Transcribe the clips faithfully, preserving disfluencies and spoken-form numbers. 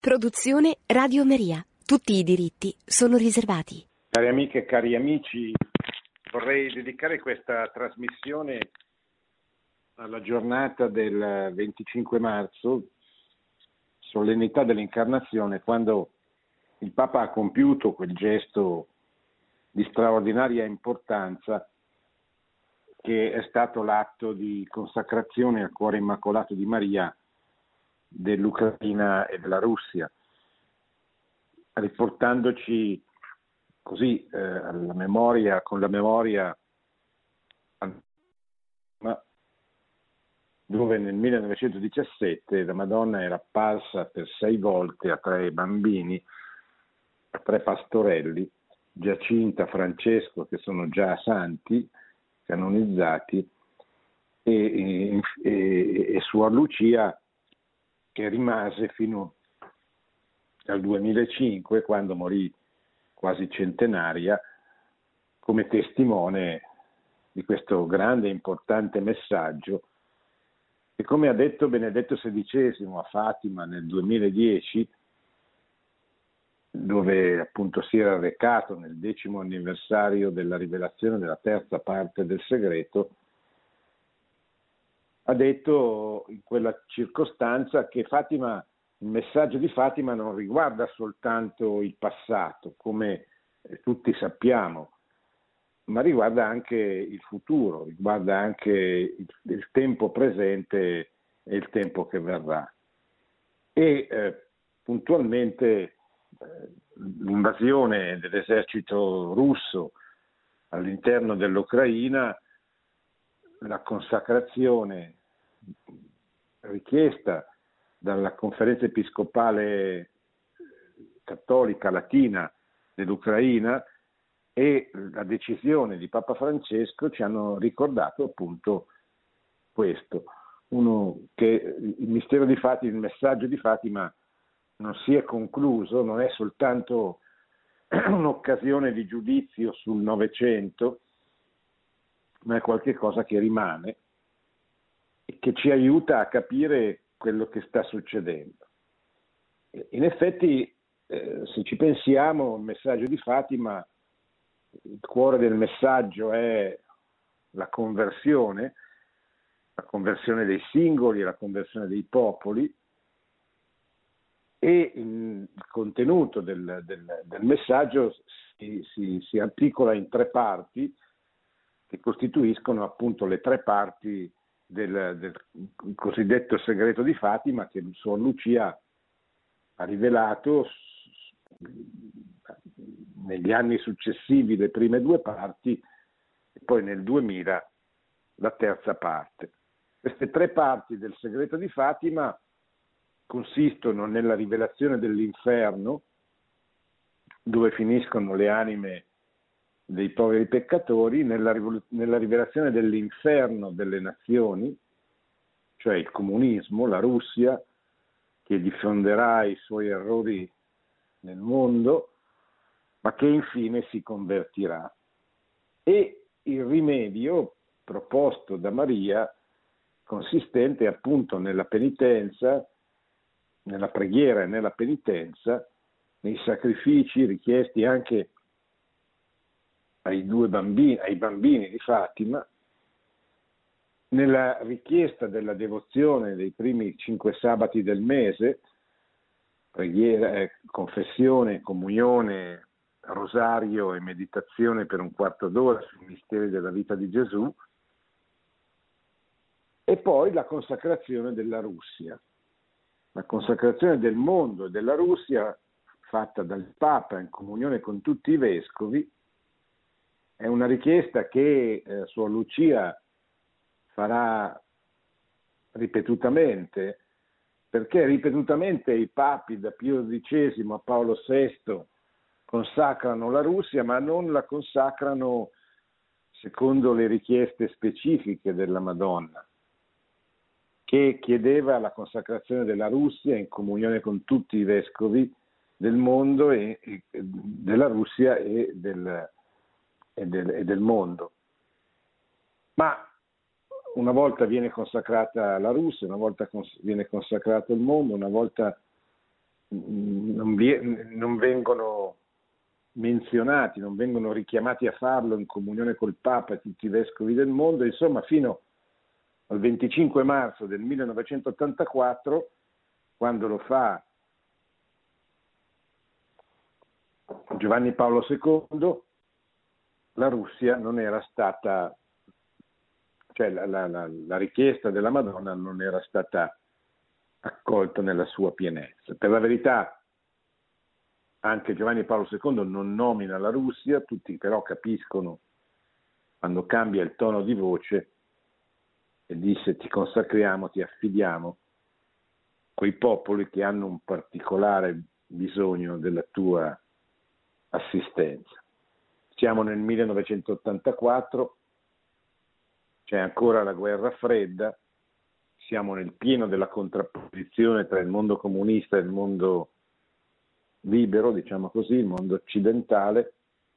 Produzione Radio Maria. Tutti i diritti sono riservati. Cari amiche e cari amici, vorrei dedicare questa trasmissione alla giornata del venticinque marzo, solennità dell'Incarnazione, quando il Papa ha compiuto quel gesto di straordinaria importanza che è stato l'atto di consacrazione al cuore immacolato di Maria dell'Ucraina e della Russia, riportandoci così eh, alla memoria, con la memoria, dove nel millenovecentodiciassette la Madonna era apparsa per sei volte a tre bambini, a tre pastorelli, Giacinta, Francesco, che sono già santi, canonizzati, e, e, e Suor Lucia, che rimase fino al duemilacinque, quando morì quasi centenaria, come testimone di questo grande e importante messaggio. E come ha detto Benedetto sedicesimo a Fatima nel duemiladieci, dove appunto si era recato nel decimo anniversario della rivelazione della terza parte del segreto, ha detto in quella circostanza che Fatima, il messaggio di Fatima non riguarda soltanto il passato, come tutti sappiamo, ma riguarda anche il futuro, riguarda anche il, il tempo presente e il tempo che verrà. E eh, puntualmente eh, l'invasione dell'esercito russo all'interno dell'Ucraina, la consacrazione richiesta dalla Conferenza Episcopale Cattolica Latina dell'Ucraina e la decisione di Papa Francesco ci hanno ricordato appunto questo, uno, che il mistero di Fatima, il messaggio di Fatima non si è concluso, non è soltanto un'occasione di giudizio sul Novecento, ma è qualcosa che rimane e che ci aiuta a capire quello che sta succedendo. In effetti, eh, se ci pensiamo, il messaggio di Fatima, il cuore del messaggio è la conversione, la conversione dei singoli, la conversione dei popoli, e il contenuto del, del, del messaggio si, si, si articola in tre parti, che costituiscono appunto le tre parti del, del cosiddetto segreto di Fatima, che Suor Lucia ha rivelato negli anni successivi le prime due parti e poi nel duemila la terza parte. Queste tre parti del segreto di Fatima consistono nella rivelazione dell'inferno, dove finiscono le anime dei poveri peccatori, nella, nella rivelazione dell'inferno delle nazioni, cioè il comunismo, la Russia, che diffonderà i suoi errori nel mondo, ma che infine si convertirà. E il rimedio proposto da Maria, consistente appunto nella penitenza, nella preghiera e nella penitenza, nei sacrifici richiesti anche ai due bambini, ai bambini di Fatima, nella richiesta della devozione dei primi cinque sabati del mese, preghiera, eh, confessione, comunione, rosario e meditazione per un quarto d'ora sui misteri della vita di Gesù, e poi la consacrazione della Russia, la consacrazione del mondo e della Russia fatta dal Papa in comunione con tutti i vescovi. È una richiesta che eh, Suor Lucia farà ripetutamente, perché ripetutamente i papi da Pio dodicesimo a Paolo sesto consacrano la Russia, ma non la consacrano secondo le richieste specifiche della Madonna, che chiedeva la consacrazione della Russia in comunione con tutti i vescovi del mondo e, e della Russia e del E del, e del mondo. Ma una volta viene consacrata la Russia, una volta cons- viene consacrato il mondo, una volta non, vi, non vengono menzionati, non vengono richiamati a farlo in comunione col Papa e tutti i vescovi del mondo, insomma fino al venticinque marzo del millenovecentottantaquattro, quando lo fa Giovanni Paolo secondo, la Russia non era stata, cioè la, la, la, la richiesta della Madonna non era stata accolta nella sua pienezza. Per la verità, anche Giovanni Paolo secondo non nomina la Russia, tutti però capiscono quando cambia il tono di voce e dice: ti consacriamo, ti affidiamo quei popoli che hanno un particolare bisogno della tua assistenza. Siamo nel millenovecentottantaquattro, c'è ancora la guerra fredda, siamo nel pieno della contrapposizione tra il mondo comunista e il mondo libero, diciamo così, il mondo occidentale.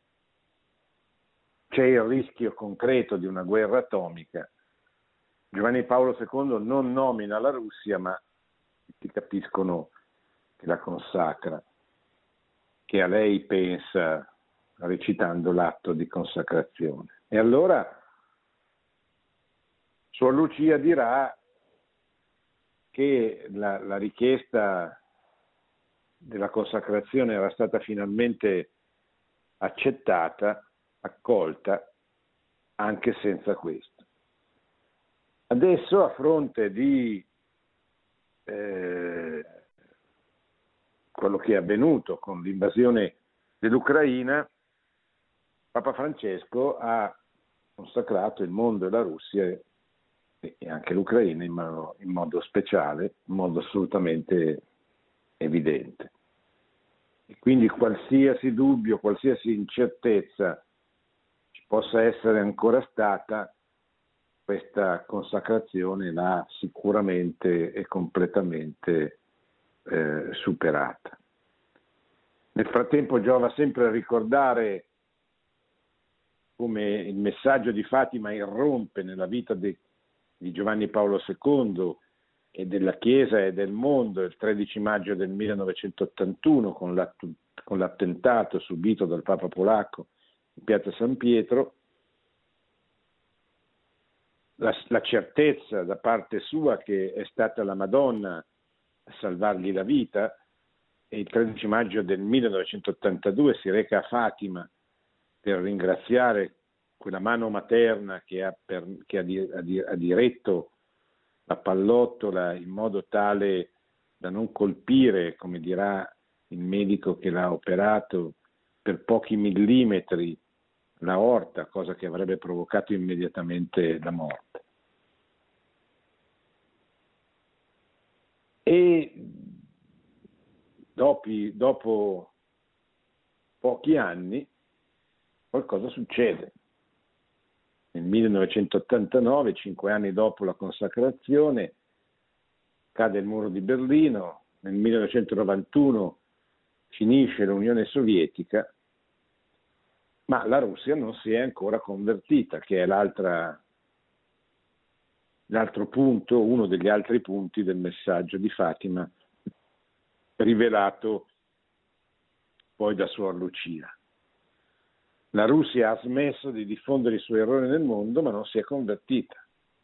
C'è il rischio concreto di una guerra atomica. Giovanni Paolo secondo non nomina la Russia, ma tutti capiscono che la consacra, che a lei pensa recitando l'atto di consacrazione. E allora Suor Lucia dirà che la, la richiesta della consacrazione era stata finalmente accettata, accolta, anche senza questo. Adesso, a fronte di eh, quello che è avvenuto con l'invasione dell'Ucraina, Papa Francesco ha consacrato il mondo e la Russia e anche l'Ucraina in modo, in modo speciale, in modo assolutamente evidente. E quindi qualsiasi dubbio, qualsiasi incertezza ci possa essere ancora stata, questa consacrazione l'ha sicuramente e completamente eh, superata. Nel frattempo giova sempre a ricordare come il messaggio di Fatima irrompe nella vita de, di Giovanni Paolo secondo e della Chiesa e del mondo il tredici maggio del millenovecentottantuno con, l'att- con l'attentato subito dal Papa polacco in piazza San Pietro. La, la certezza da parte sua che è stata la Madonna a salvargli la vita, e il tredici maggio del millenovecentottantadue si reca a Fatima per ringraziare quella mano materna che ha, per, che ha, di, ha, di, ha diretto la pallottola in modo tale da non colpire, come dirà il medico che l'ha operato, per pochi millimetri l'aorta, cosa che avrebbe provocato immediatamente la morte. E dopo, dopo pochi anni qualcosa succede. Nel millenovecentottantanove, cinque anni dopo la consacrazione, cade il muro di Berlino, nel millenovecentonovantuno finisce l'Unione Sovietica, ma la Russia non si è ancora convertita, che è l'altra, l'altro punto, uno degli altri punti del messaggio di Fatima, rivelato poi da Suor Lucia. La Russia ha smesso di diffondere i suoi errori nel mondo, ma non si è convertita.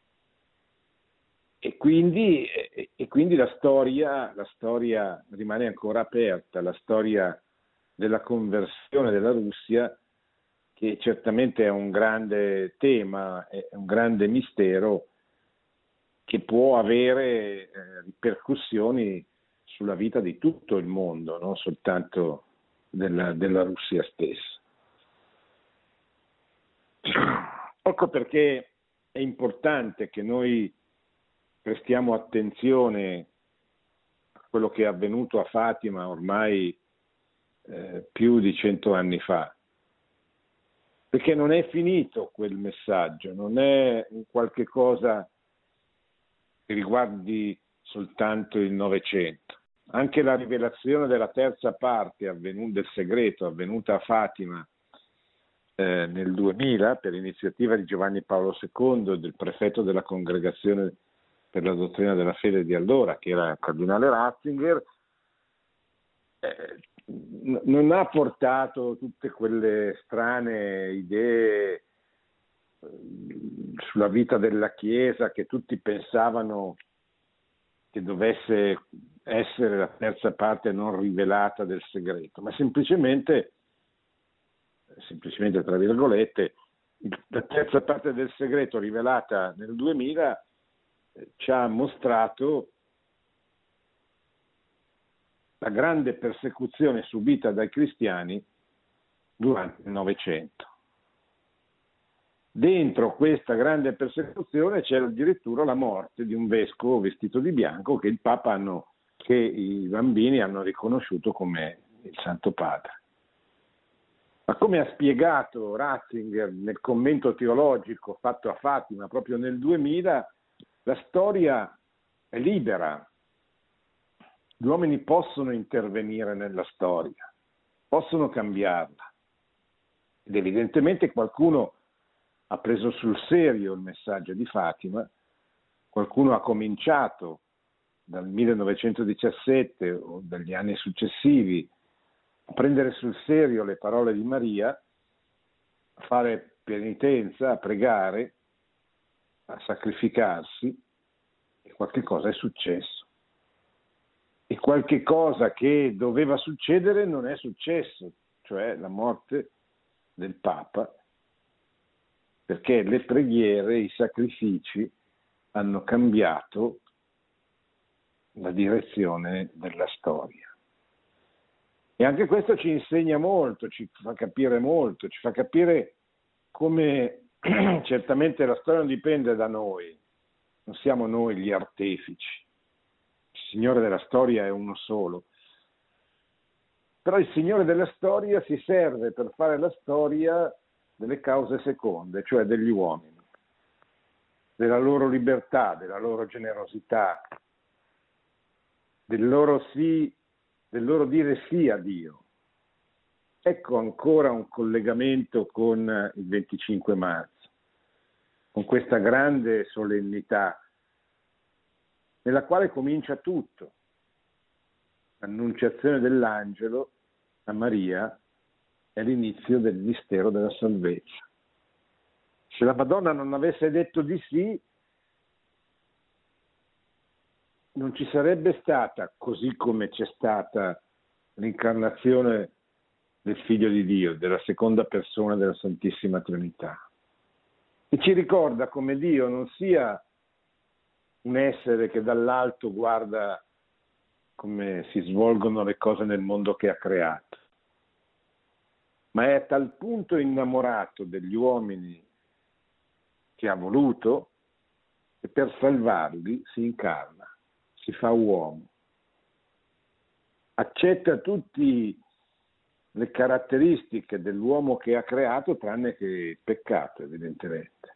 E quindi, e quindi la storia, la storia rimane ancora aperta, la storia della conversione della Russia, che certamente è un grande tema, è un grande mistero che può avere eh, ripercussioni sulla vita di tutto il mondo, non soltanto della, della Russia stessa. Ecco perché è importante che noi prestiamo attenzione a quello che è avvenuto a Fatima ormai eh, più di cento anni fa, perché non è finito quel messaggio, non è un qualche cosa che riguardi soltanto il Novecento. Anche la rivelazione della terza parte avvenuta, del segreto avvenuta a Fatima eh, nel duemila per iniziativa di Giovanni Paolo secondo e del prefetto della Congregazione per la Dottrina della Fede di allora, che era il cardinale Ratzinger, eh, n- non ha portato tutte quelle strane idee eh, sulla vita della Chiesa che tutti pensavano che dovesse essere la terza parte non rivelata del segreto, ma semplicemente, semplicemente tra virgolette, la terza parte del segreto rivelata nel duemila eh, ci ha mostrato la grande persecuzione subita dai cristiani durante il Novecento. Dentro questa grande persecuzione c'era addirittura la morte di un vescovo vestito di bianco che il Papa hanno, che i bambini hanno riconosciuto come il Santo Padre. Ma come ha spiegato Ratzinger nel commento teologico fatto a Fatima proprio nel duemila, la storia è libera. Gli uomini possono intervenire nella storia, possono cambiarla. Ed evidentemente qualcuno ha preso sul serio il messaggio di Fatima, qualcuno ha cominciato dal millenovecentodiciassette o dagli anni successivi a prendere sul serio le parole di Maria, a fare penitenza, a pregare, a sacrificarsi, e qualche cosa è successo. E qualche cosa che doveva succedere non è successo, cioè la morte del Papa, perché le preghiere, i sacrifici hanno cambiato la direzione della storia. E anche questo ci insegna molto, ci fa capire molto, ci fa capire come certamente la storia non dipende da noi, non siamo noi gli artefici, il Signore della storia è uno solo. Però il Signore della storia si serve per fare la storia delle cause seconde, cioè degli uomini, della loro libertà, della loro generosità, del loro sì, del loro dire sì a Dio. Ecco ancora un collegamento con il venticinque marzo, con questa grande solennità nella quale comincia tutto. L'annunciazione dell'angelo a Maria è l'inizio del mistero della salvezza. Se la Madonna non avesse detto di sì, non ci sarebbe stata, così come c'è stata, l'incarnazione del Figlio di Dio, della seconda persona della Santissima Trinità. E ci ricorda come Dio non sia un essere che dall'alto guarda come si svolgono le cose nel mondo che ha creato, ma è a tal punto innamorato degli uomini che ha voluto che per salvarli si incarna, si fa uomo, accetta tutte le caratteristiche dell'uomo che ha creato tranne che il peccato, evidentemente.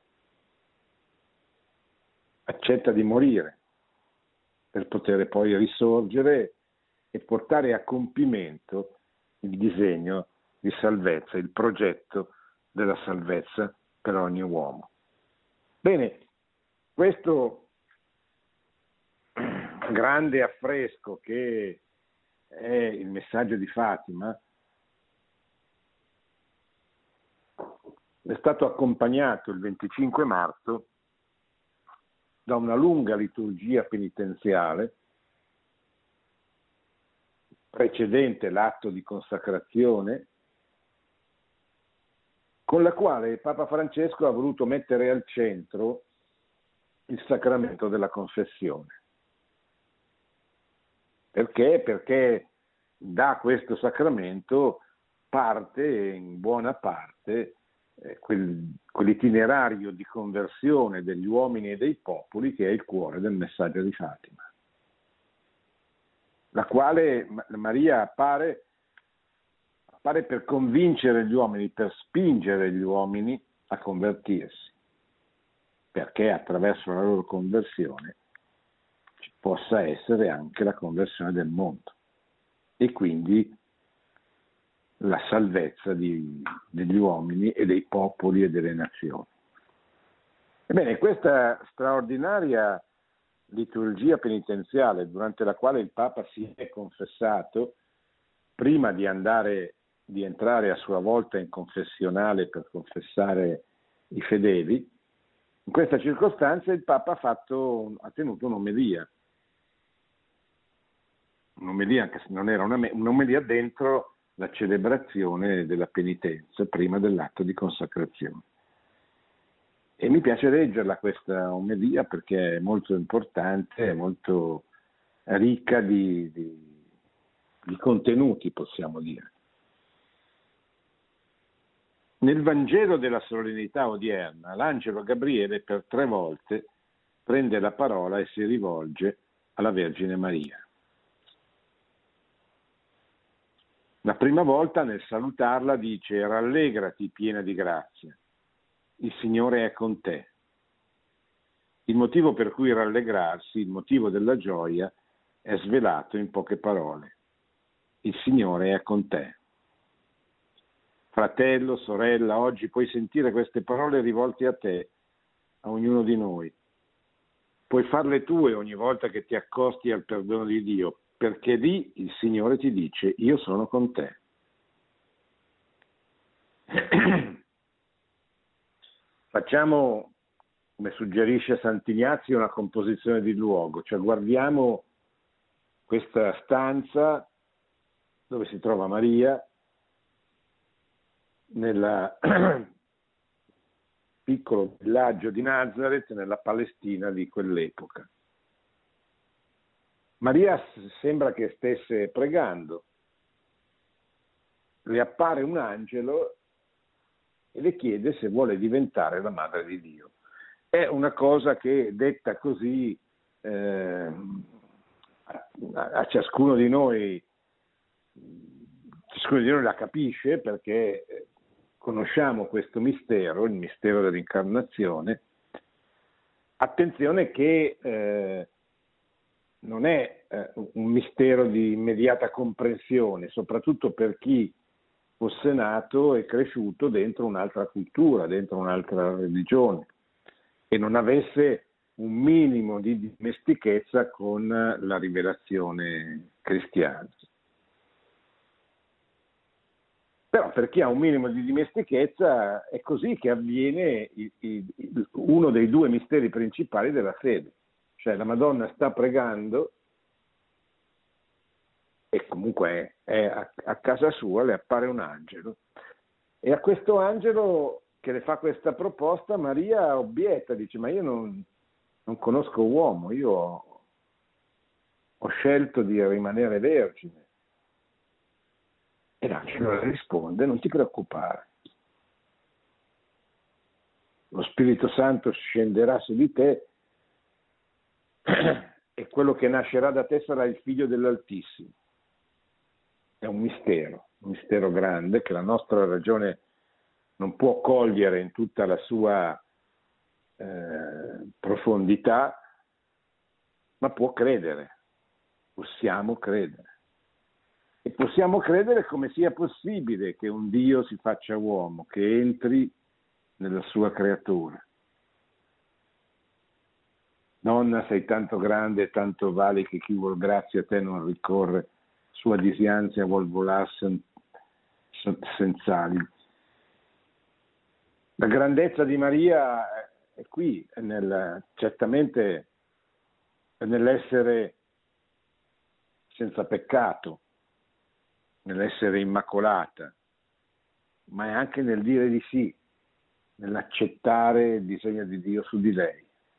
Accetta di morire per poter poi risorgere e portare a compimento il disegno di salvezza, il progetto della salvezza per ogni uomo. Bene, questo grande affresco che è il messaggio di Fatima è stato accompagnato il venticinque marzo da una lunga liturgia penitenziale precedente l'atto di consacrazione, con la quale Papa Francesco ha voluto mettere al centro il sacramento della confessione. Perché? Perché da questo sacramento parte, in buona parte, eh, quel, quell'itinerario di conversione degli uomini e dei popoli che è il cuore del messaggio di Fatima, la quale Maria appare, appare per convincere gli uomini, per spingere gli uomini a convertirsi, perché attraverso la loro conversione ci possa essere anche la conversione del mondo e quindi la salvezza di, degli uomini e dei popoli e delle nazioni. Ebbene, questa straordinaria liturgia penitenziale durante la quale il Papa si è confessato prima di andare, di entrare a sua volta in confessionale per confessare i fedeli, in questa circostanza il Papa ha, fatto, ha tenuto un'omelia, un'omelia anche se non era una, un'omelia dentro la celebrazione della penitenza prima dell'atto di consacrazione. E mi piace leggerla questa omelia perché è molto importante, è molto ricca di, di, di contenuti, possiamo dire. Nel Vangelo della solennità odierna, l'angelo Gabriele per tre volte prende la parola e si rivolge alla Vergine Maria. La prima volta nel salutarla dice: rallegrati piena di grazia, il Signore è con te. Il motivo per cui rallegrarsi, il motivo della gioia, è svelato in poche parole. Il Signore è con te. Fratello, sorella, oggi puoi sentire queste parole rivolte a te, a ognuno di noi. Puoi farle tue ogni volta che ti accosti al perdono di Dio, perché lì il Signore ti dice: io sono con te. Facciamo, come suggerisce Sant'Ignazio, una composizione di luogo, cioè guardiamo questa stanza dove si trova Maria, nel piccolo villaggio di Nazareth, nella Palestina di quell'epoca. Maria sembra che stesse pregando, le appare un angelo e le chiede se vuole diventare la madre di Dio. È una cosa che, detta così, eh, a, a ciascuno di noi, ciascuno di noi la capisce, perché conosciamo questo mistero, il mistero dell'incarnazione. Attenzione che eh, non è eh, un mistero di immediata comprensione, soprattutto per chi fosse nato e cresciuto dentro un'altra cultura, dentro un'altra religione, e non avesse un minimo di dimestichezza con la rivelazione cristiana. Però per chi ha un minimo di dimestichezza è così che avviene il, il, il, uno dei due misteri principali della fede. Cioè la Madonna sta pregando e comunque è, è a, a casa sua, le appare un angelo. E a questo angelo che le fa questa proposta Maria obietta, dice: ma io non, non conosco uomo, io ho, ho scelto di rimanere vergine. E l'angelo le risponde: non ti preoccupare, lo Spirito Santo scenderà su di te e quello che nascerà da te sarà il figlio dell'Altissimo. È un mistero, un mistero grande che la nostra ragione non può cogliere in tutta la sua eh, profondità, ma può credere, possiamo credere. E possiamo credere come sia possibile che un Dio si faccia uomo, che entri nella sua creatura. Donna, sei tanto grande e tanto vali che chi vuol grazia a te non ricorre, sua disiansia vuol volar sen, senza ali. La grandezza di Maria è qui, è nel, certamente è nell'essere senza peccato, nell'essere immacolata, ma è anche nel dire di sì, nell'accettare il disegno di Dio su di lei.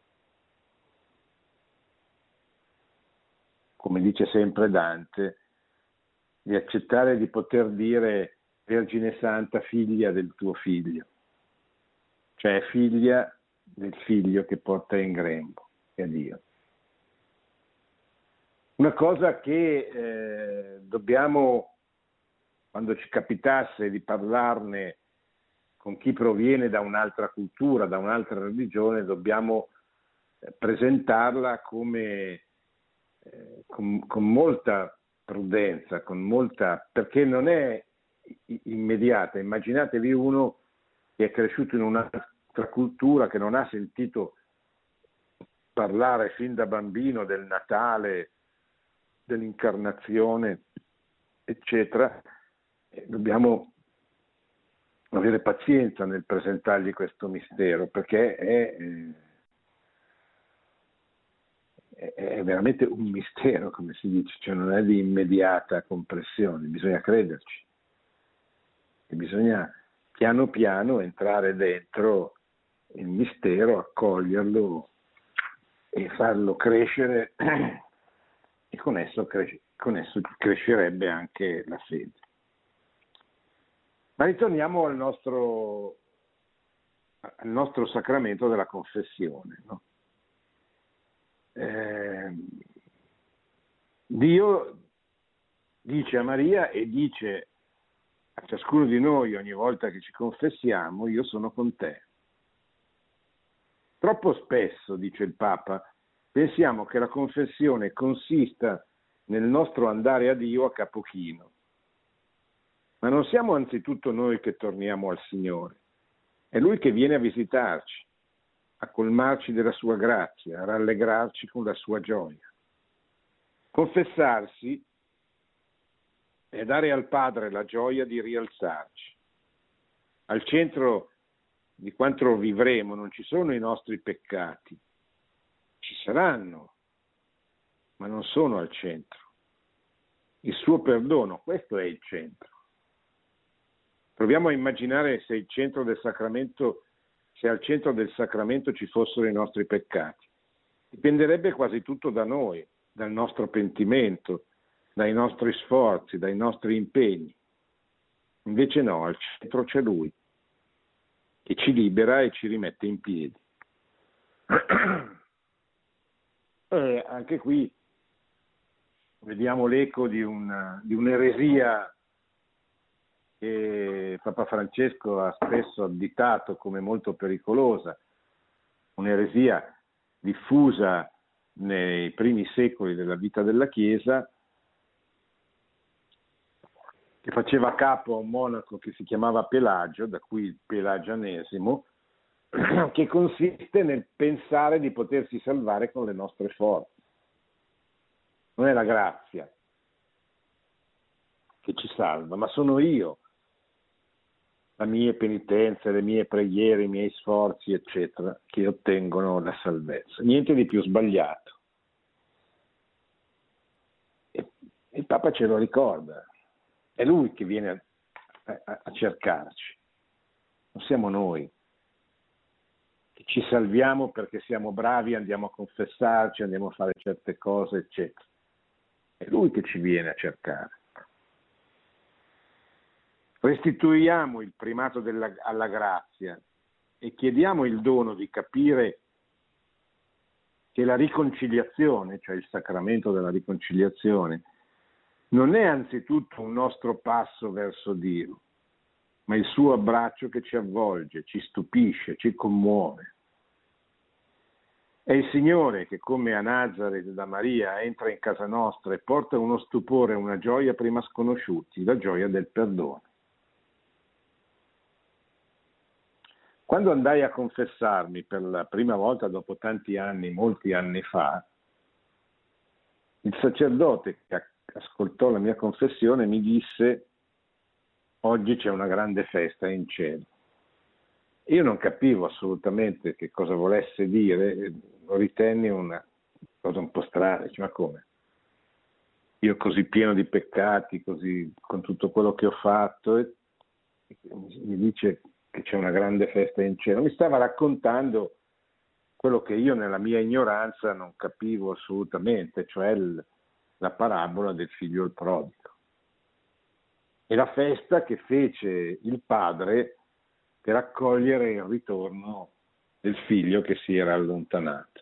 Come dice sempre Dante, di accettare di poter dire Vergine Santa, figlia del tuo figlio, cioè figlia del figlio che porta in grembo, che è Dio. Una cosa che eh, dobbiamo, quando ci capitasse di parlarne con chi proviene da un'altra cultura, da un'altra religione, dobbiamo eh, presentarla come eh, con, con molta prudenza, con molta, perché non è immediata. Immaginatevi uno che è cresciuto in un'altra cultura, che non ha sentito parlare fin da bambino del Natale, dell'incarnazione, eccetera, e dobbiamo avere pazienza nel presentargli questo mistero, perché è, è, è veramente un mistero, come si dice, cioè non è di immediata comprensione, bisogna crederci, e bisogna piano piano entrare dentro il mistero, accoglierlo e farlo crescere, e con esso, cres- con esso crescerebbe anche la fede. Ma ritorniamo al nostro, al nostro sacramento della confessione. No? Eh, Dio dice a Maria e dice a ciascuno di noi ogni volta che ci confessiamo: io sono con te. Troppo spesso, dice il Papa, pensiamo che la confessione consista nel nostro andare a Dio a capo chino. Ma non siamo anzitutto noi che torniamo al Signore, è Lui che viene a visitarci, a colmarci della sua grazia, a rallegrarci con la sua gioia. Confessarsi è dare al Padre la gioia di rialzarci. Al centro di quanto vivremo non ci sono i nostri peccati, ci saranno, ma non sono al centro. Il suo perdono, questo è il centro. Proviamo a immaginare se il centro del sacramento, se al centro del sacramento ci fossero i nostri peccati. Dipenderebbe quasi tutto da noi, dal nostro pentimento, dai nostri sforzi, dai nostri impegni. Invece no, al centro c'è Lui, che ci libera e ci rimette in piedi. E anche qui vediamo l'eco di, una, di un'eresia che Papa Francesco ha spesso additato come molto pericolosa, un'eresia diffusa nei primi secoli della vita della Chiesa, che faceva capo a un monaco che si chiamava Pelagio, da cui il pelagianesimo, che consiste nel pensare di potersi salvare con le nostre forze. Non è la grazia che ci salva, ma sono io, le mie penitenze, le mie preghiere, i miei sforzi, eccetera, che ottengono la salvezza. Niente di più sbagliato. E il Papa ce lo ricorda, è Lui che viene a, a, a cercarci, non siamo noi che ci salviamo perché siamo bravi, andiamo a confessarci, andiamo a fare certe cose, eccetera. È Lui che ci viene a cercare. Restituiamo il primato della, alla grazia e chiediamo il dono di capire che la riconciliazione, cioè il sacramento della riconciliazione, non è anzitutto un nostro passo verso Dio, ma il suo abbraccio che ci avvolge, ci stupisce, ci commuove. È il Signore che, come a Nazareth da Maria, entra in casa nostra e porta uno stupore e una gioia prima sconosciuti, la gioia del perdono. Quando andai a confessarmi per la prima volta dopo tanti anni, molti anni fa, il sacerdote che ascoltò la mia confessione mi disse: oggi c'è una grande festa in cielo. Io non capivo assolutamente che cosa volesse dire, lo ritenni una cosa un po' strana, ma come? Io così pieno di peccati, così con tutto quello che ho fatto, e mi dice che c'è una grande festa in cielo. Mi stava raccontando quello che io nella mia ignoranza non capivo assolutamente, cioè il, la parabola del figlio il prodigo. E la festa che fece il padre per accogliere il ritorno del figlio che si era allontanato.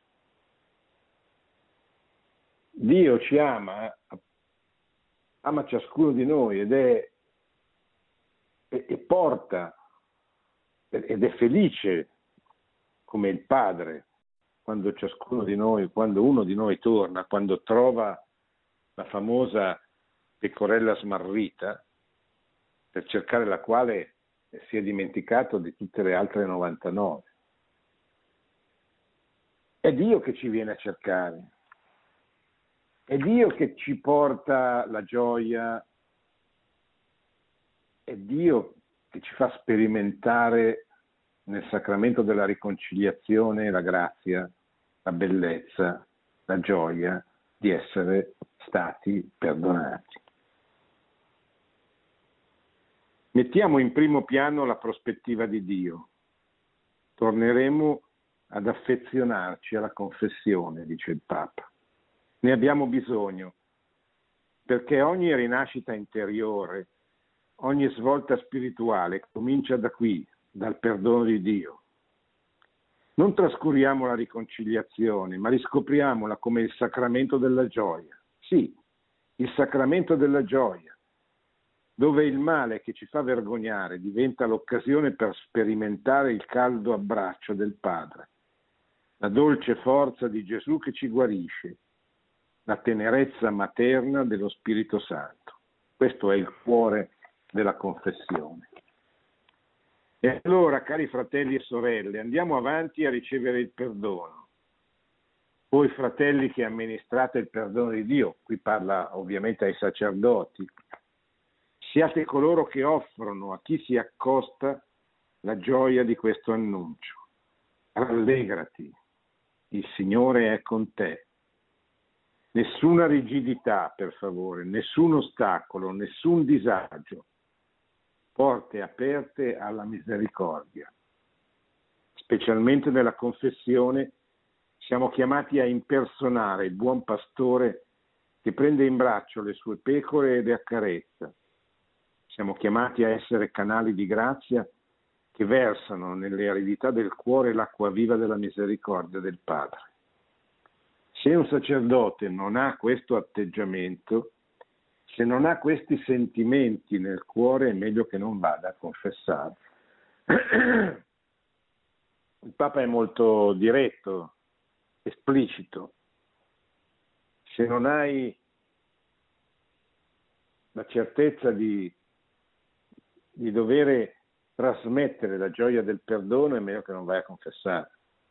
Dio ci ama, ama ciascuno di noi ed è e, e porta ed è felice come il padre quando ciascuno di noi, quando uno di noi torna, quando trova la famosa pecorella smarrita, per cercare la quale si è dimenticato di tutte le altre novantanove. È Dio che ci viene a cercare, è Dio che ci porta la gioia è Dio che ci fa sperimentare nel sacramento della riconciliazione la grazia, la bellezza, la gioia di essere stati perdonati. Mettiamo in primo piano la prospettiva di Dio. Torneremo ad affezionarci alla confessione, dice il Papa. Ne abbiamo bisogno, perché ogni rinascita interiore, ogni svolta spirituale comincia da qui, dal perdono di Dio. Non trascuriamo la riconciliazione, ma riscopriamola come il sacramento della gioia. Sì, il sacramento della gioia, dove il male che ci fa vergognare diventa l'occasione per sperimentare il caldo abbraccio del Padre, la dolce forza di Gesù che ci guarisce, la tenerezza materna dello Spirito Santo. Questo è il cuore della confessione. E allora, cari fratelli e sorelle, andiamo avanti a ricevere il perdono. Voi fratelli che amministrate il perdono di Dio, qui parla ovviamente ai sacerdoti, siate coloro che offrono a chi si accosta la gioia di questo annuncio. Rallegrati, il Signore è con te. Nessuna rigidità, per favore, nessun ostacolo, nessun disagio. Porte aperte alla misericordia. Specialmente nella confessione siamo chiamati a impersonare il buon pastore che prende in braccio le sue pecore e le accarezza. Siamo chiamati a essere canali di grazia che versano nelle aridità del cuore l'acqua viva della misericordia del Padre. Se un sacerdote non ha questo atteggiamento, se non ha questi sentimenti nel cuore, è meglio che non vada a confessare. Il Papa è molto diretto, esplicito. Se non hai la certezza di, di dover trasmettere la gioia del perdono, è meglio che non vai a confessare.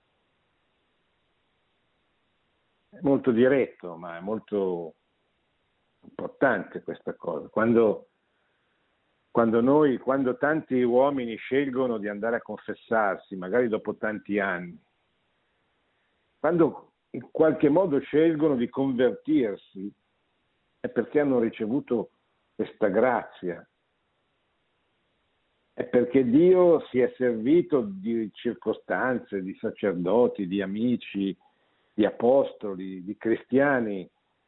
È molto diretto, ma è molto importante questa cosa. Quando, quando noi, quando tanti uomini scelgono di andare a confessarsi, magari dopo tanti anni, quando in qualche modo scelgono di convertirsi, è perché hanno ricevuto questa grazia, è perché Dio si è servito di circostanze, di sacerdoti, di amici, di apostoli, di cristiani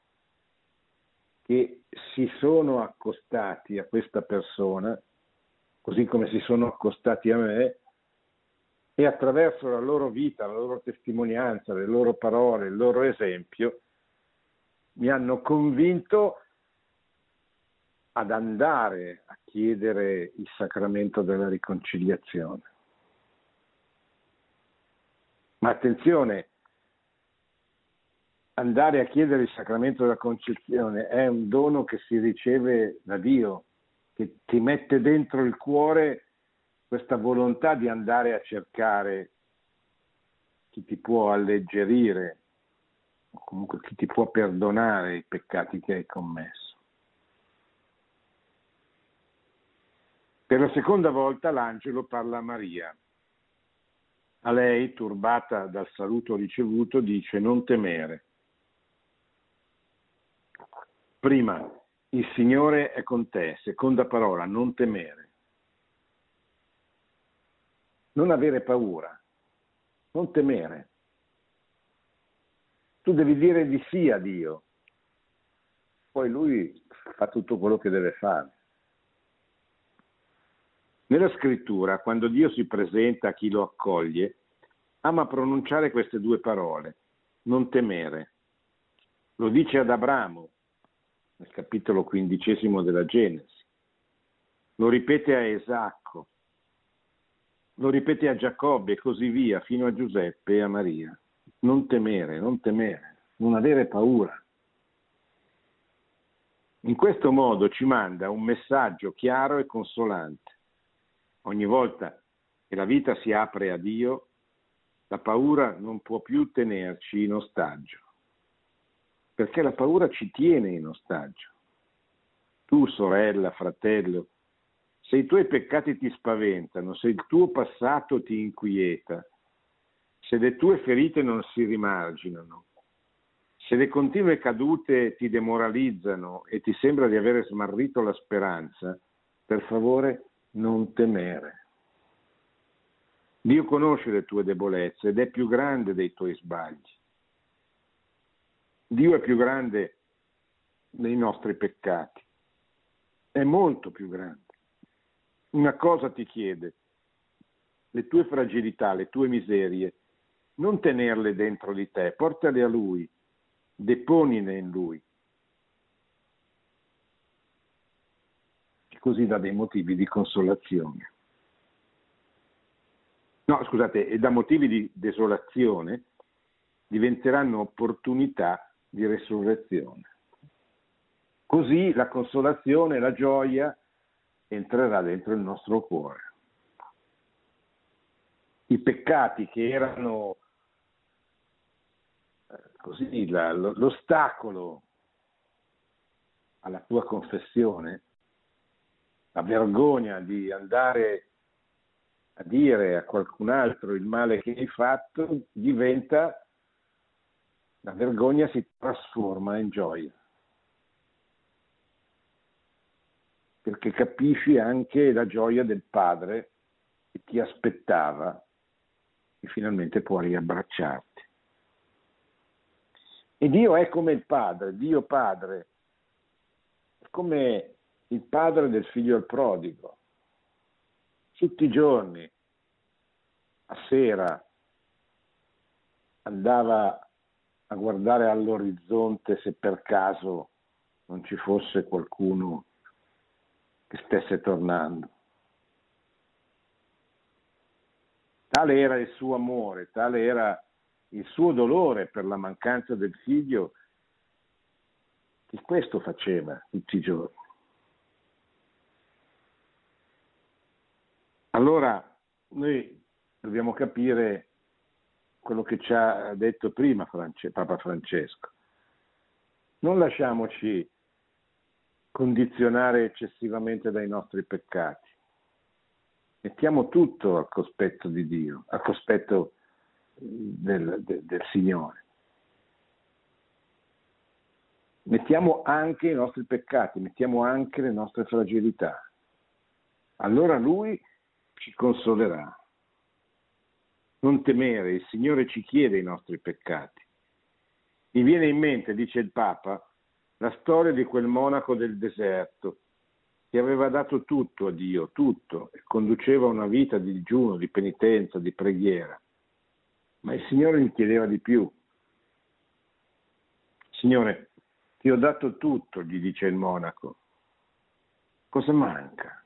che si sono accostati a questa persona, così come si sono accostati a me, e attraverso la loro vita, la loro testimonianza, le loro parole, il loro esempio, mi hanno convinto ad andare a chiedere il sacramento della riconciliazione. Ma attenzione, andare a chiedere il sacramento della concezione è un dono che si riceve da Dio, che ti mette dentro il cuore questa volontà di andare a cercare chi ti può alleggerire, o comunque chi ti può perdonare i peccati che hai commesso. Per la seconda volta l'angelo parla a Maria. A lei, turbata dal saluto ricevuto, dice: non temere. Prima, il Signore è con te. Seconda parola, non temere. Non avere paura, non temere. Tu devi dire di sì a Dio, poi Lui fa tutto quello che deve fare. Nella scrittura, quando Dio si presenta a chi lo accoglie, ama pronunciare queste due parole, non temere. Lo dice ad Abramo, nel capitolo quindicesimo della Genesi. Lo ripete a Isacco, lo ripete a Giacobbe e così via, fino a Giuseppe e a Maria. Non temere, non temere, non avere paura. In questo modo ci manda un messaggio chiaro e consolante. Ogni volta che la vita si apre a Dio, la paura non può più tenerci in ostaggio, perché la paura ci tiene in ostaggio. Tu, sorella, fratello, se i tuoi peccati ti spaventano, se il tuo passato ti inquieta, se le tue ferite non si rimarginano, se le continue cadute ti demoralizzano e ti sembra di avere smarrito la speranza, per favore non temere. Dio conosce le tue debolezze ed è più grande dei tuoi sbagli. Dio è più grande dei nostri peccati, è molto più grande. Una cosa ti chiede: le tue fragilità, le tue miserie, non tenerle dentro di te, portale a Lui, deponile in Lui. E così dà dei motivi di consolazione. No, scusate, e da motivi di desolazione diventeranno opportunità di resurrezione. Così la consolazione e la gioia entrerà dentro il nostro cuore. I peccati che erano così la, lo, l'ostacolo alla tua confessione, la vergogna di andare a dire a qualcun altro il male che hai fatto, diventa, la vergogna si trasforma in gioia. Perché capisci anche la gioia del Padre che ti aspettava e finalmente può riabbracciarti. E Dio è come il Padre, Dio Padre, è come il padre del figlio al prodigo. Tutti i giorni, a sera, andava a guardare all'orizzonte se per caso non ci fosse qualcuno che stesse tornando. Tale era il suo amore, tale era il suo dolore per la mancanza del figlio, che questo faceva tutti i giorni. Allora noi dobbiamo capire quello che ci ha detto prima France, Papa Francesco. Non lasciamoci condizionare eccessivamente dai nostri peccati. Mettiamo tutto al cospetto di Dio, al cospetto del, del, del Signore. Mettiamo anche i nostri peccati, mettiamo anche le nostre fragilità. Allora Lui ci consolerà. Non temere, il Signore ci chiede i nostri peccati. Mi viene in mente, dice il Papa, la storia di quel monaco del deserto che aveva dato tutto a Dio, tutto, e conduceva una vita di digiuno, di penitenza, di preghiera. Ma il Signore gli chiedeva di più. Signore, ti ho dato tutto, gli dice il monaco. Cosa manca?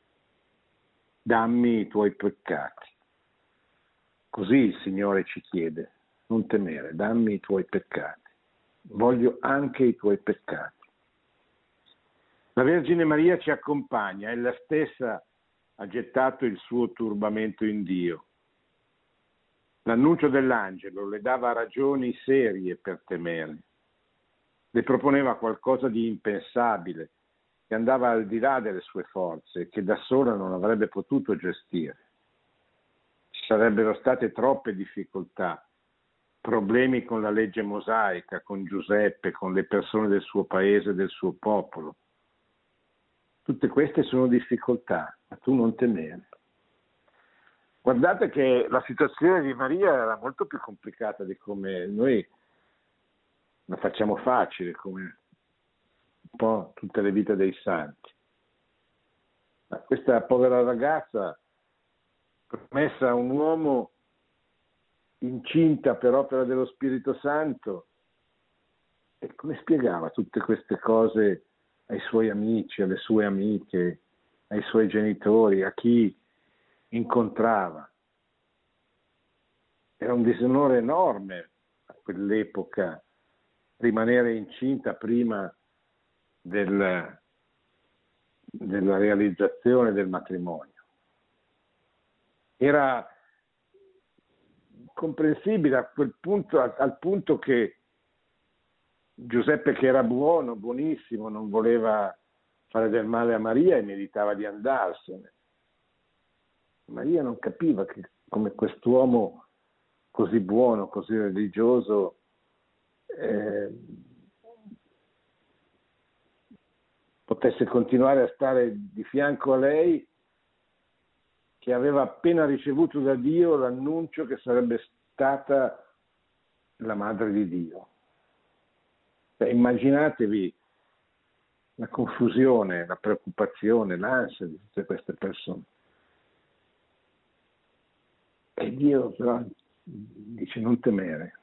Dammi i tuoi peccati. Così il Signore ci chiede, non temere, dammi i tuoi peccati. Voglio anche i tuoi peccati. La Vergine Maria ci accompagna, ella stessa ha gettato il suo turbamento in Dio. L'annuncio dell'angelo le dava ragioni serie per temere. Le proponeva qualcosa di impensabile, che andava al di là delle sue forze, che da sola non avrebbe potuto gestire. Ci sarebbero state troppe difficoltà, problemi con la legge mosaica, con Giuseppe, con le persone del suo paese, del suo popolo. Tutte queste sono difficoltà, ma tu non temere. Guardate che la situazione di Maria era molto più complicata di come noi la facciamo facile, come un po' tutte le vite dei santi. Ma questa povera ragazza, promessa a un uomo, incinta per opera dello Spirito Santo, e come spiegava tutte queste cose ai suoi amici, alle sue amiche, ai suoi genitori, a chi incontrava? Era un disonore enorme a quell'epoca rimanere incinta prima del, della realizzazione del matrimonio. Era comprensibile a quel punto, al, al punto che Giuseppe, che era buono, buonissimo, non voleva fare del male a Maria e meditava di andarsene. Maria non capiva che come quest'uomo così buono, così religioso, eh, potesse continuare a stare di fianco a lei, che aveva appena ricevuto da Dio l'annuncio che sarebbe stata la madre di Dio. Cioè, immaginatevi la confusione, la preoccupazione, l'ansia di tutte queste persone. E Dio però dice: non temere.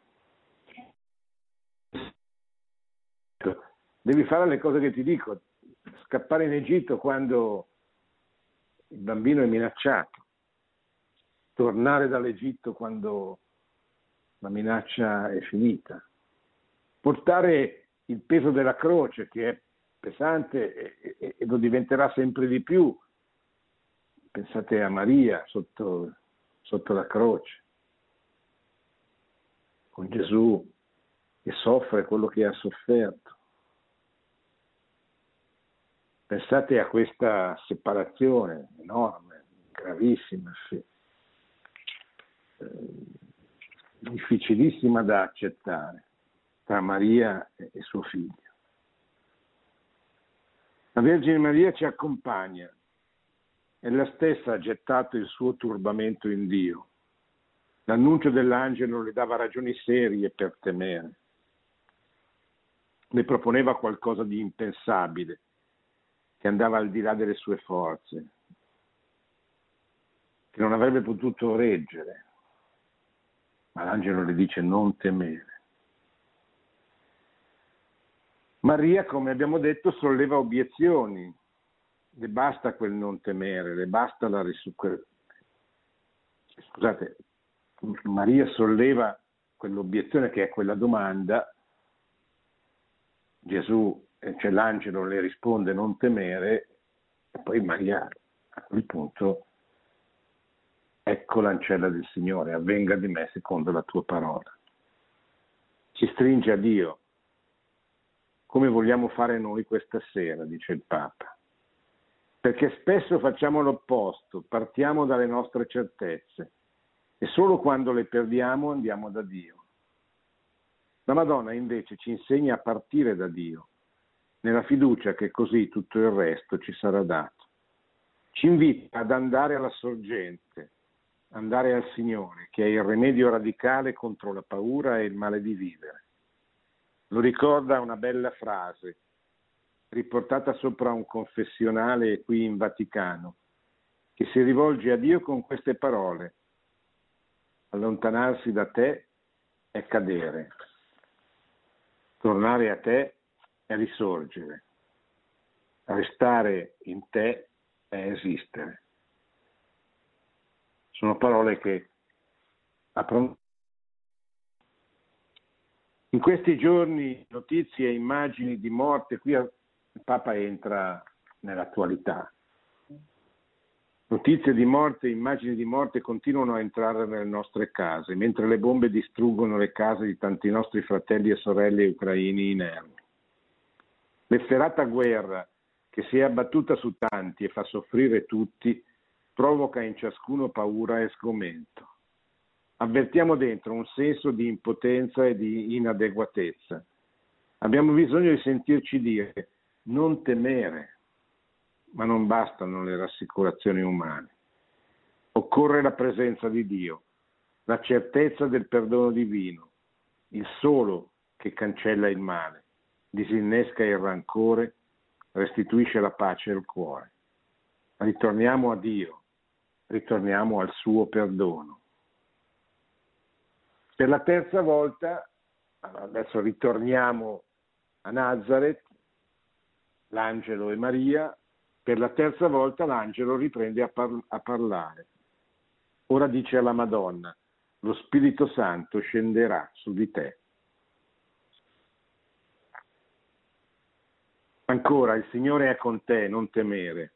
Devi fare le cose che ti dico. Scappare in Egitto quando il bambino è minacciato. Tornare dall'Egitto quando la minaccia è finita. Portare il peso della croce, che è pesante e, e, e lo diventerà sempre di più. Pensate a Maria sotto, sotto la croce, con Gesù che soffre quello che ha sofferto. Pensate a questa separazione enorme, gravissima, sì, eh, difficilissima da accettare, tra Maria e, e suo figlio. La Vergine Maria ci accompagna. Ella stessa ha gettato il suo turbamento in Dio. L'annuncio dell'angelo le dava ragioni serie per temere. Le proponeva qualcosa di impensabile, che andava al di là delle sue forze, che non avrebbe potuto reggere. Ma l'angelo le dice: non temere. Maria, come abbiamo detto, solleva obiezioni. Le basta quel non temere, le basta la risurrezione. Scusate, Maria solleva quell'obiezione che è quella domanda. Gesù, cioè l'angelo, le risponde: non temere, e poi Maria a quel punto: ecco l'ancella del Signore, avvenga di me secondo la tua parola. Si stringe a Dio, come vogliamo fare noi questa sera, dice il Papa. Perché spesso facciamo l'opposto, partiamo dalle nostre certezze e solo quando le perdiamo andiamo da Dio. La Madonna invece ci insegna a partire da Dio, nella fiducia che così tutto il resto ci sarà dato. Ci invita ad andare alla sorgente, andare al Signore, che è il rimedio radicale contro la paura e il male di vivere. Lo ricorda una bella frase, riportata sopra un confessionale qui in Vaticano, che si rivolge a Dio con queste parole: allontanarsi da te è cadere, tornare a te è risorgere, restare in te è esistere. Sono parole che aprono. In questi giorni notizie e immagini di morte, qui il Papa entra nell'attualità. Notizie di morte, immagini di morte continuano a entrare nelle nostre case, mentre le bombe distruggono le case di tanti nostri fratelli e sorelle ucraini inermi. L'efferata guerra che si è abbattuta su tanti e fa soffrire tutti, provoca in ciascuno paura e sgomento. Avvertiamo dentro un senso di impotenza e di inadeguatezza. Abbiamo bisogno di sentirci dire: non temere, ma non bastano le rassicurazioni umane. Occorre la presenza di Dio, la certezza del perdono divino, il solo che cancella il male, disinnesca il rancore, restituisce la pace al cuore. Ritorniamo a Dio, ritorniamo al suo perdono. Per la terza volta, adesso ritorniamo a Nazareth, l'angelo e Maria. Per la terza volta l'angelo riprende a, par- a parlare. Ora dice alla Madonna: lo Spirito Santo scenderà su di te. Ancora, il Signore è con te, non temere.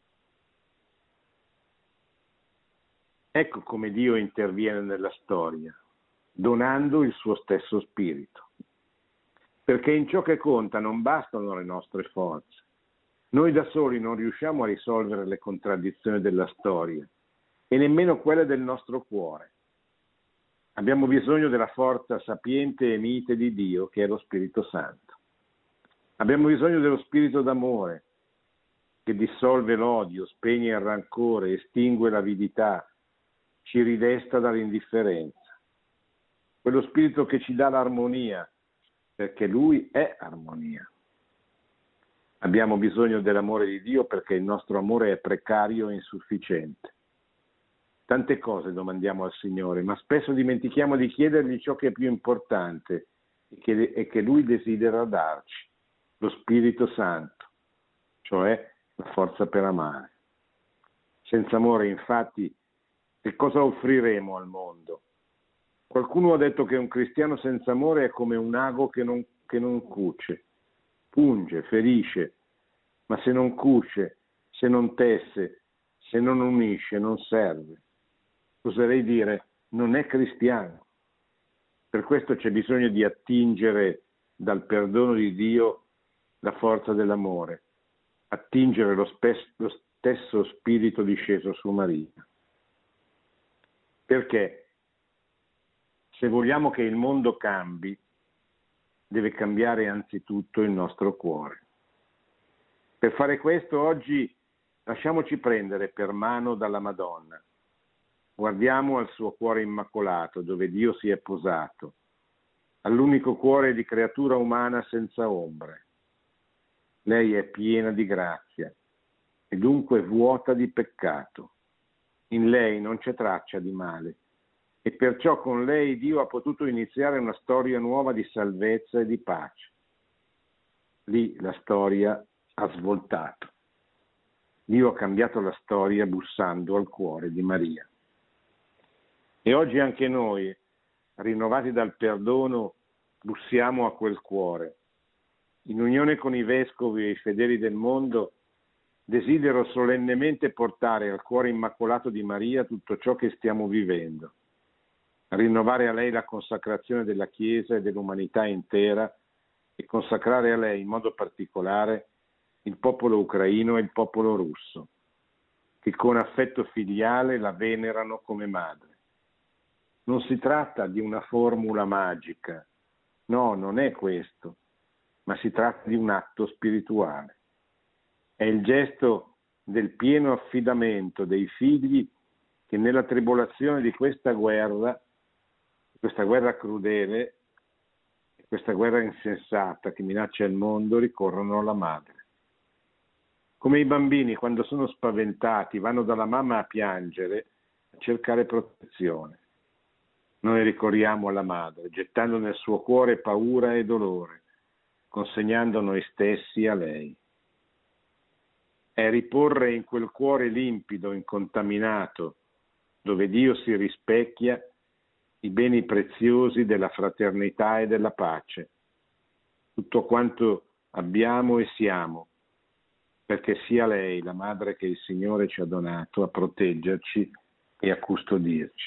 Ecco come Dio interviene nella storia, donando il suo stesso Spirito. Perché in ciò che conta non bastano le nostre forze, Noi da soli non riusciamo a risolvere le contraddizioni della storia e nemmeno quelle del nostro cuore. Abbiamo bisogno della forza sapiente e mite di Dio, che è lo Spirito Santo. Abbiamo bisogno dello Spirito d'amore, che dissolve l'odio, spegne il rancore, estingue l'avidità, ci ridesta dall'indifferenza. Quello Spirito che ci dà l'armonia, perché Lui è armonia. Abbiamo bisogno dell'amore di Dio perché il nostro amore è precario e insufficiente. Tante cose domandiamo al Signore, ma spesso dimentichiamo di chiedergli ciò che è più importante e che, e che Lui desidera darci, lo Spirito Santo, cioè la forza per amare. Senza amore, infatti, che cosa offriremo al mondo? Qualcuno ha detto che un cristiano senza amore è come un ago che non, che non cuce, punge, ferisce, ma se non cuce, se non tesse, se non unisce, non serve. Oserei dire, non è cristiano. Per questo c'è bisogno di attingere dal perdono di Dio la forza dell'amore, attingere lo, spes- lo stesso spirito disceso su Maria. Perché se vogliamo che il mondo cambi, deve cambiare anzitutto il nostro cuore. Per fare questo oggi lasciamoci prendere per mano dalla Madonna. Guardiamo al suo cuore immacolato, dove Dio si è posato, all'unico cuore di creatura umana senza ombre. Lei è piena di grazia e dunque vuota di peccato. In lei non c'è traccia di male e perciò con lei Dio ha potuto iniziare una storia nuova di salvezza e di pace. Lì la storia ha svoltato. Dio ha cambiato la storia bussando al cuore di Maria. E oggi anche noi, rinnovati dal perdono, bussiamo a quel cuore. In unione con i vescovi e i fedeli del mondo, desidero solennemente portare al cuore immacolato di Maria tutto ciò che stiamo vivendo, rinnovare a lei la consacrazione della Chiesa e dell'umanità intera e consacrare a lei in modo particolare il popolo ucraino e il popolo russo, che con affetto filiale la venerano come madre. Non si tratta di una formula magica, no, non è questo, ma si tratta di un atto spirituale. È il gesto del pieno affidamento dei figli che nella tribolazione di questa guerra, questa guerra crudele, questa guerra insensata che minaccia il mondo, ricorrono alla madre. Come i bambini quando sono spaventati vanno dalla mamma a piangere, a cercare protezione. Noi ricorriamo alla madre, gettando nel suo cuore paura e dolore, consegnando noi stessi a lei. È riporre in quel cuore limpido, incontaminato, dove Dio si rispecchia, i beni preziosi della fraternità e della pace, tutto quanto abbiamo e siamo, perché sia lei, la madre che il Signore ci ha donato, a proteggerci e a custodirci.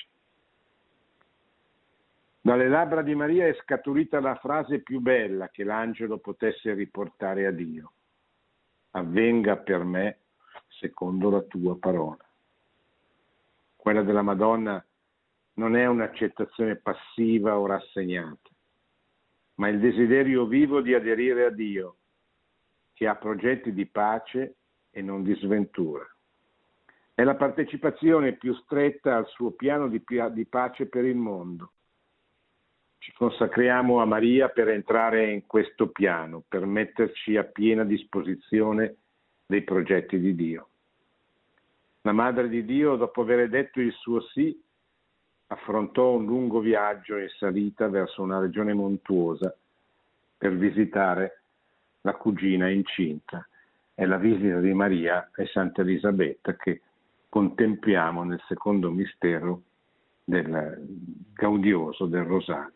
Dalle labbra di Maria è scaturita la frase più bella che l'angelo potesse riportare a Dio. Avvenga per me secondo la tua parola. Quella della Madonna non è un'accettazione passiva o rassegnata, ma il desiderio vivo di aderire a Dio, che ha progetti di pace e non di sventura. È la partecipazione più stretta al suo piano di, di pace per il mondo. Ci consacriamo a Maria per entrare in questo piano, per metterci a piena disposizione dei progetti di Dio. La Madre di Dio, dopo aver detto il suo sì, affrontò un lungo viaggio in salita verso una regione montuosa per visitare la cugina incinta. È la visita di Maria e Santa Elisabetta che contempliamo nel secondo mistero del gaudioso del Rosario.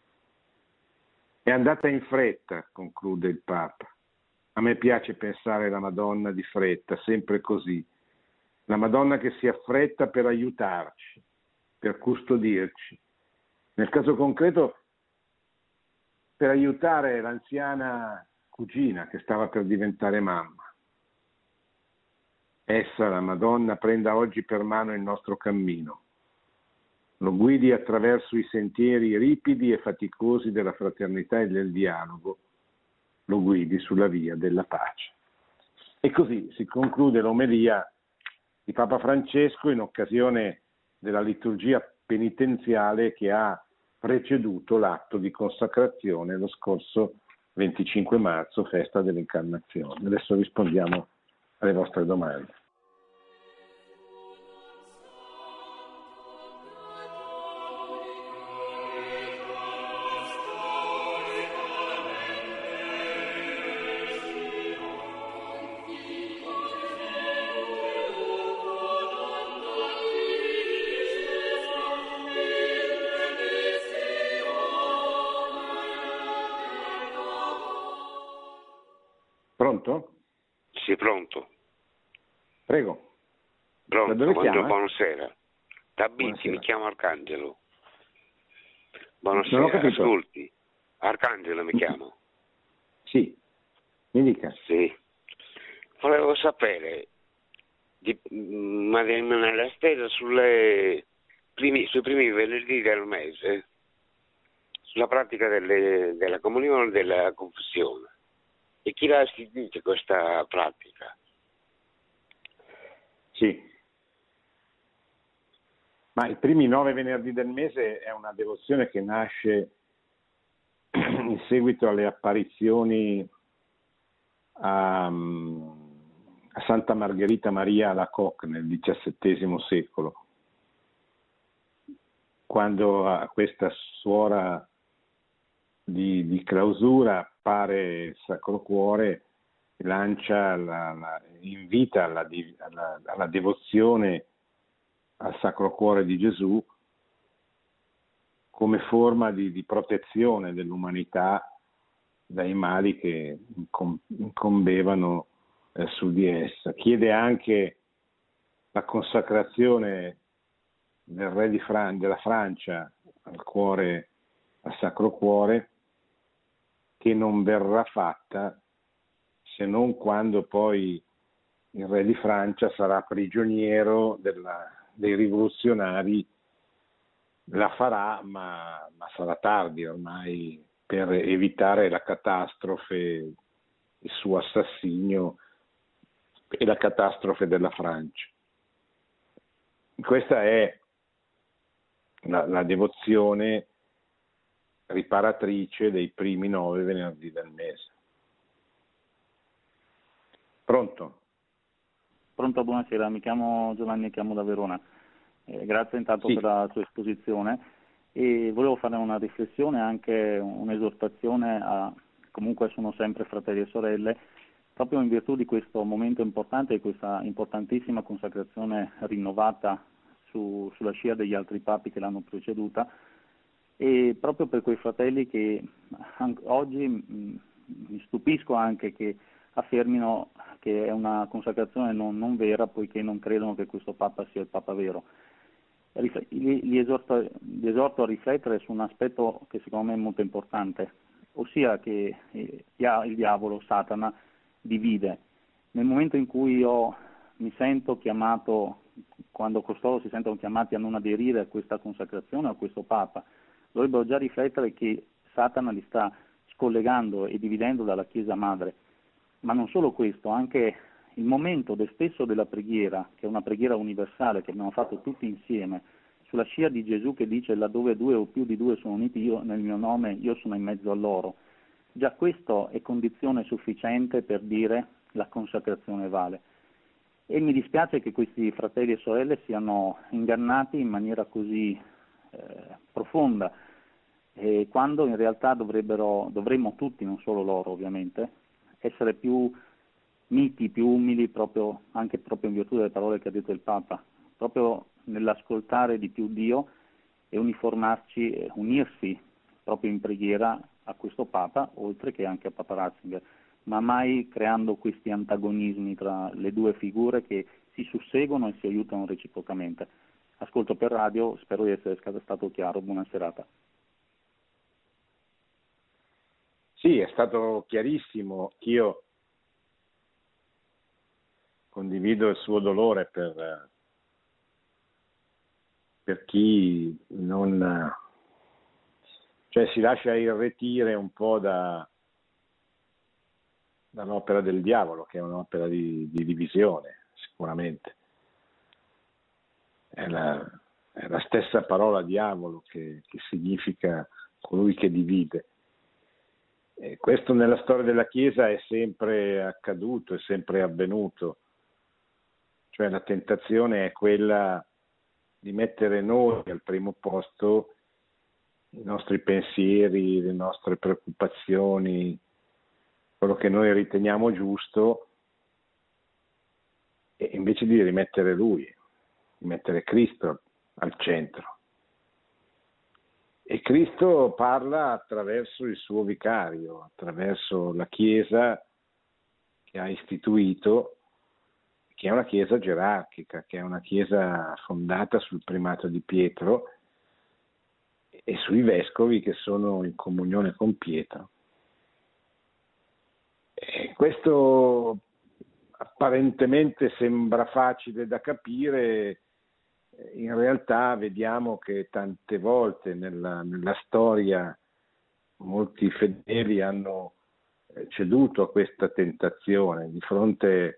È andata in fretta, conclude il Papa. A me piace pensare alla Madonna di fretta, sempre così. La Madonna che si affretta per aiutarci, per custodirci. Nel caso concreto, per aiutare l'anziana cugina che stava per diventare mamma. essa, la Madonna, prenda oggi per mano il nostro cammino, lo guidi attraverso i sentieri ripidi e faticosi della fraternità e del dialogo, lo guidi sulla via della pace. E così si conclude l'omelia di Papa Francesco in occasione della liturgia penitenziale che ha preceduto l'atto di consacrazione lo scorso venticinque marzo, festa dell'Incarnazione. Adesso rispondiamo alle vostre domande. Pronto? Sì, pronto. Prego. Pronto, Da dove chiama? Buonasera. Da Bitti, Buonasera. mi chiamo Arcangelo. Non ho Buonasera, capito. ascolti. Arcangelo mi chiamo. Sì, mi dica. Sì. Volevo sapere, di, ma nella stessa sulle primi, sui primi venerdì del mese, sulla pratica delle, della comunione e della confessione. E chi l'ha istituita questa pratica? Sì. Ma i primi nove venerdì del mese è una devozione che nasce in seguito alle apparizioni a, a Santa Margherita Maria Alacoque nel diciassettesimo secolo, quando a questa suora di, di clausura appare il Sacro Cuore, lancia la, la, invita alla, alla, alla devozione al Sacro Cuore di Gesù come forma di, di protezione dell'umanità dai mali che incombevano eh, su di essa. Chiede anche la consacrazione del re di Fran- della Francia al cuore, al Sacro Cuore, che non verrà fatta se non quando poi il re di Francia sarà prigioniero della, dei rivoluzionari. La farà, ma, ma sarà tardi ormai, per evitare la catastrofe, il suo assassinio e la catastrofe della Francia. Questa è la, la devozione riparatrice dei primi nove venerdì del mese. Pronto? Pronto, buonasera, mi chiamo Giovanni, chiamo da Verona. Eh, grazie intanto Sì. per la sua esposizione e volevo fare una riflessione, anche un'esortazione a, comunque sono sempre fratelli e sorelle, proprio in virtù di questo momento importante e questa importantissima consacrazione rinnovata su, sulla scia degli altri papi che l'hanno preceduta, e proprio per quei fratelli che anche oggi mh, mi stupisco anche che affermino che è una consacrazione non, non vera, poiché non credono che questo Papa sia il Papa vero. Li, li, esorto, li esorto a riflettere su un aspetto che secondo me è molto importante, ossia che eh, il diavolo, Satana, divide. Nel momento in cui io mi sento chiamato, quando costoro si sentono chiamati a non aderire a questa consacrazione, a questo Papa, dovrebbero già riflettere che Satana li sta scollegando e dividendo dalla Chiesa Madre. Ma non solo questo, anche il momento del stesso della preghiera, che è una preghiera universale che abbiamo fatto tutti insieme, sulla scia di Gesù che dice laddove due o più di due sono uniti io, nel mio nome, io sono in mezzo a loro. Già questo è condizione sufficiente per dire la consacrazione vale. E mi dispiace che questi fratelli e sorelle siano ingannati in maniera così eh, profonda, eh, quando in realtà dovrebbero, dovremmo tutti, non solo loro ovviamente, essere più miti, più umili, proprio, anche proprio in virtù delle parole che ha detto il Papa, proprio nell'ascoltare di più Dio e uniformarci, eh, unirsi proprio in preghiera a questo Papa, oltre che anche a Papa Ratzinger, ma mai creando questi antagonismi tra le due figure che si susseguono e si aiutano reciprocamente. Ascolto per radio, spero di essere stato chiaro, buona serata. Sì, è stato chiarissimo. Io condivido il suo dolore per, per chi non, cioè si lascia irretire un po' da, dall'opera del diavolo, che è un'opera di, di divisione, sicuramente. È la, è la stessa parola diavolo che, che significa colui che divide. E questo nella storia della Chiesa è sempre accaduto, è sempre avvenuto. Cioè la tentazione è quella di mettere noi al primo posto i nostri pensieri, le nostre preoccupazioni, quello che noi riteniamo giusto, e invece di rimettere Lui, di mettere Cristo al centro. E Cristo parla attraverso il suo vicario, attraverso la Chiesa che ha istituito, che è una Chiesa gerarchica, che è una Chiesa fondata sul primato di Pietro e sui vescovi che sono in comunione con Pietro. E questo apparentemente sembra facile da capire, in realtà vediamo che tante volte nella, nella storia molti fedeli hanno ceduto a questa tentazione di fronte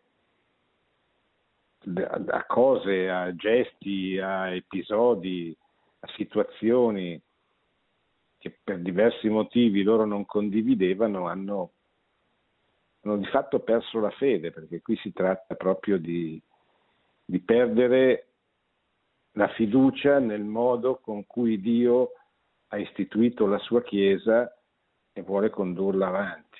a cose, a gesti, a episodi, a situazioni che per diversi motivi loro non condividevano, hanno, hanno di fatto perso la fede, perché qui si tratta proprio di, di perdere la fiducia nel modo con cui Dio ha istituito la sua Chiesa e vuole condurla avanti.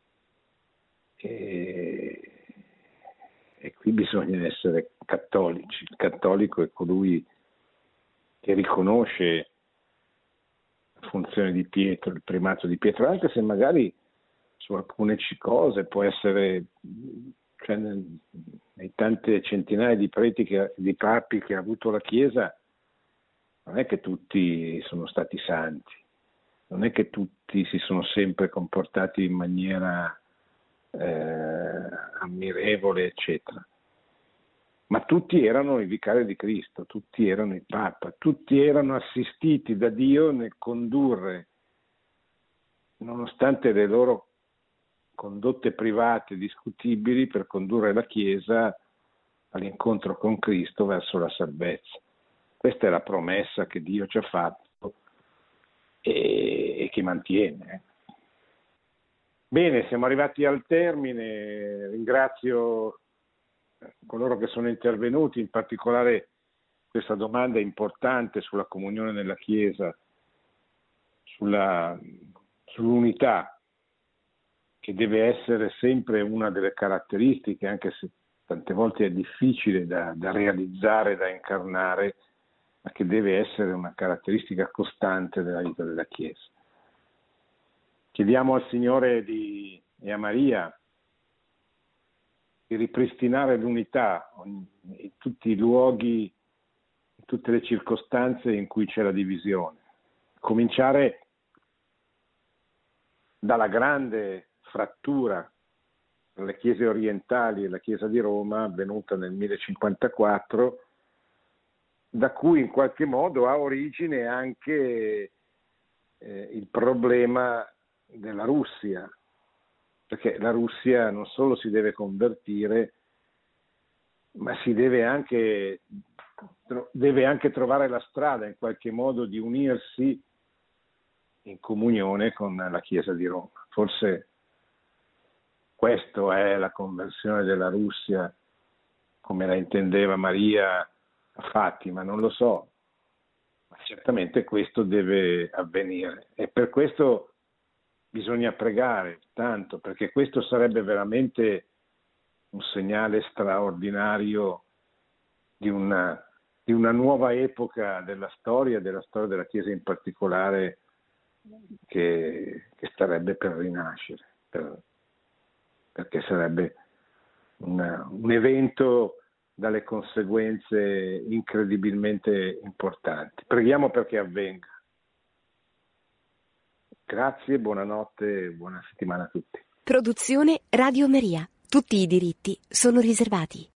E, e qui bisogna essere cattolici. Il cattolico è colui che riconosce la funzione di Pietro, il primato di Pietro, anche se magari su alcune cose può essere, cioè nel, nei tante centinaia di preti che, di papi che ha avuto la Chiesa, non è che tutti sono stati santi, non è che tutti si sono sempre comportati in maniera eh, ammirevole, eccetera. Ma tutti erano i vicari di Cristo, tutti erano il Papa, tutti erano assistiti da Dio nel condurre, nonostante le loro condotte private discutibili, per condurre la Chiesa all'incontro con Cristo verso la salvezza. Questa è la promessa che Dio ci ha fatto e, e che mantiene. Bene, siamo arrivati al termine. Ringrazio coloro che sono intervenuti, in particolare questa domanda importante sulla comunione nella Chiesa, sulla, sull'unità, che deve essere sempre una delle caratteristiche, anche se tante volte è difficile da, da realizzare, da incarnare, ma che deve essere una caratteristica costante della vita della Chiesa. Chiediamo al Signore di, e a Maria di ripristinare l'unità in tutti i luoghi, in tutte le circostanze in cui c'è la divisione. Cominciare dalla grande frattura tra le chiese orientali e la Chiesa di Roma, avvenuta nel millecinquantaquattro, da cui in qualche modo ha origine anche eh, il problema della Russia, perché la Russia non solo si deve convertire, ma si deve anche, deve anche trovare la strada in qualche modo di unirsi in comunione con la Chiesa di Roma. Forse questa è la conversione della Russia come la intendeva Maria a Fatima, non lo so, ma certamente questo deve avvenire e per questo bisogna pregare tanto, perché questo sarebbe veramente un segnale straordinario di una, di una nuova epoca della storia, della storia della Chiesa in particolare, che, che starebbe per rinascere, per, perché sarebbe una, un evento dalle conseguenze incredibilmente importanti. Preghiamo perché avvenga. Grazie, buonanotte e buona settimana a tutti. Produzione Radio Maria. Tutti i diritti sono riservati.